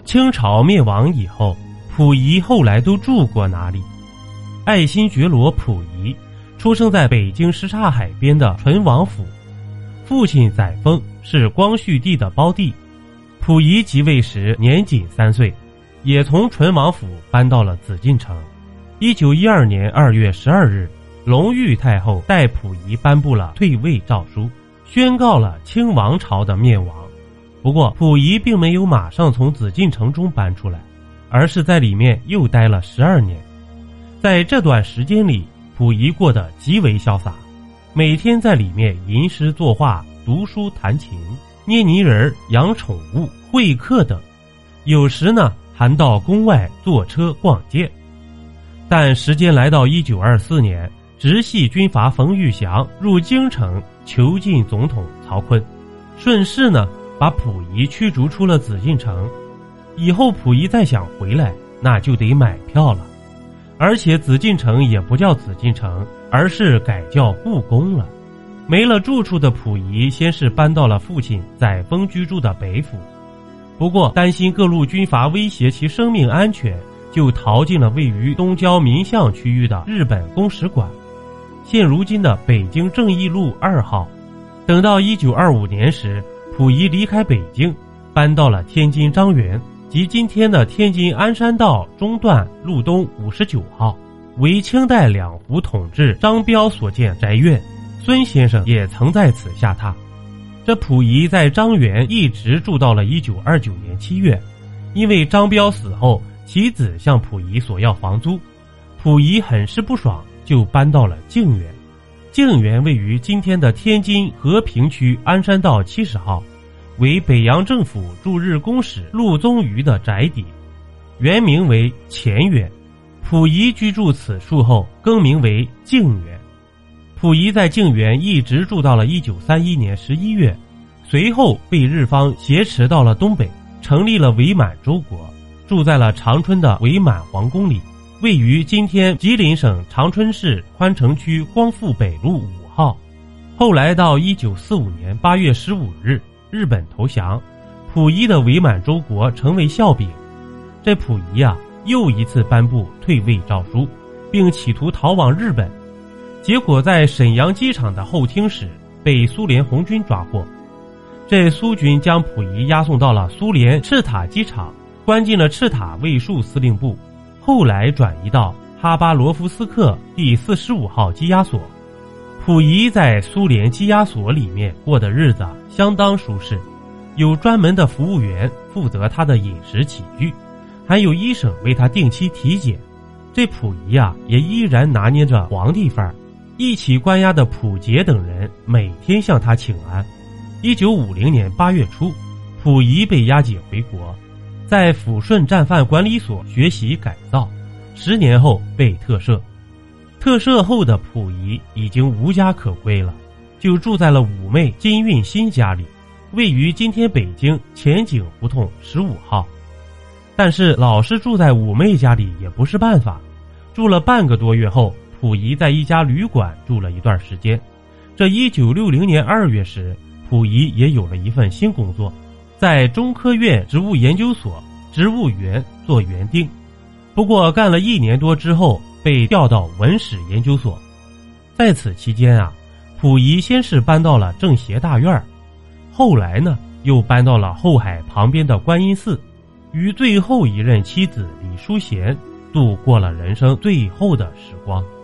清朝灭亡以后，溥仪后来都住过哪里？爱新觉罗溥仪出生在北京什刹海边的淳王府，父亲载沣是光绪帝的胞弟。溥仪即位时年仅3岁，也从淳王府搬到了紫禁城。1912年2月12日，隆裕太后代溥仪颁布了退位诏书，宣告了清王朝的灭亡。不过溥仪并没有马上从紫禁城中搬出来，而是在里面又待了12年。在这段时间里，溥仪过得极为潇洒，每天在里面吟诗作画、读书弹琴、捏泥人、养宠物、会客等，有时呢还到宫外坐车逛街。但时间来到1924年，直系军阀冯玉祥入京城囚禁总统曹锟，顺势呢把溥仪驱逐出了紫禁城。以后溥仪再想回来，那就得买票了。而且紫禁城也不叫紫禁城，而是改叫故宫了。没了住处的溥仪先是搬到了父亲载沣居住的北府，不过担心各路军阀威胁其生命安全，就逃进了位于东郊民巷区域的日本公使馆，现如今的北京正义路2号。等到1925年时，溥仪离开北京，搬到了天津张园，即今天的天津鞍山道中段路东59号，为清代两湖统治张彪所建宅院，孙先生也曾在此下榻。这溥仪在张园一直住到了1929年7月，因为张彪死后，其子向溥仪索要房租，溥仪很是不爽，就搬到了静园。静园位于今天的天津和平区鞍山道70号，为北洋政府驻日公使陆宗舆的宅邸，原名为前园。溥仪居住此处后更名为静园。溥仪在静园一直住到了1931年11月，随后被日方挟持到了东北，成立了伪满洲国，住在了长春的伪满皇宫里，位于今天吉林省长春市宽城区光复北路5号。后来到1945年8月15日，日本投降，溥仪的伪满洲国成为笑柄。这溥仪又一次颁布退位诏书，并企图逃往日本，结果在沈阳机场的候厅时被苏联红军抓获。这苏军将溥仪押送到了苏联赤塔机场，关进了赤塔卫戍司令部，后来转移到哈巴罗夫斯克第45号羁押所。溥仪在苏联羁押所里面过的日子相当舒适，有专门的服务员负责他的饮食起居，还有医生为他定期体检。这溥仪也依然拿捏着皇帝范儿，一起关押的溥杰等人每天向他请安。1950年8月初，溥仪被押解回国，在抚顺战犯管理所学习改造，10年后被特赦。特赦后的溥仪已经无家可归了，就住在了妩媚金运新家里，位于今天北京前景胡同15号。但是老是住在妩媚家里也不是办法，住了半个多月后，溥仪在一家旅馆住了一段时间。这1960年2月时，溥仪也有了一份新工作，在中科院植物研究所植物园做园丁。不过干了1年多之后，被调到文史研究所。在此期间溥仪先是搬到了政协大院，后来呢又搬到了后海旁边的观音寺，与最后一任妻子李淑贤度过了人生最后的时光。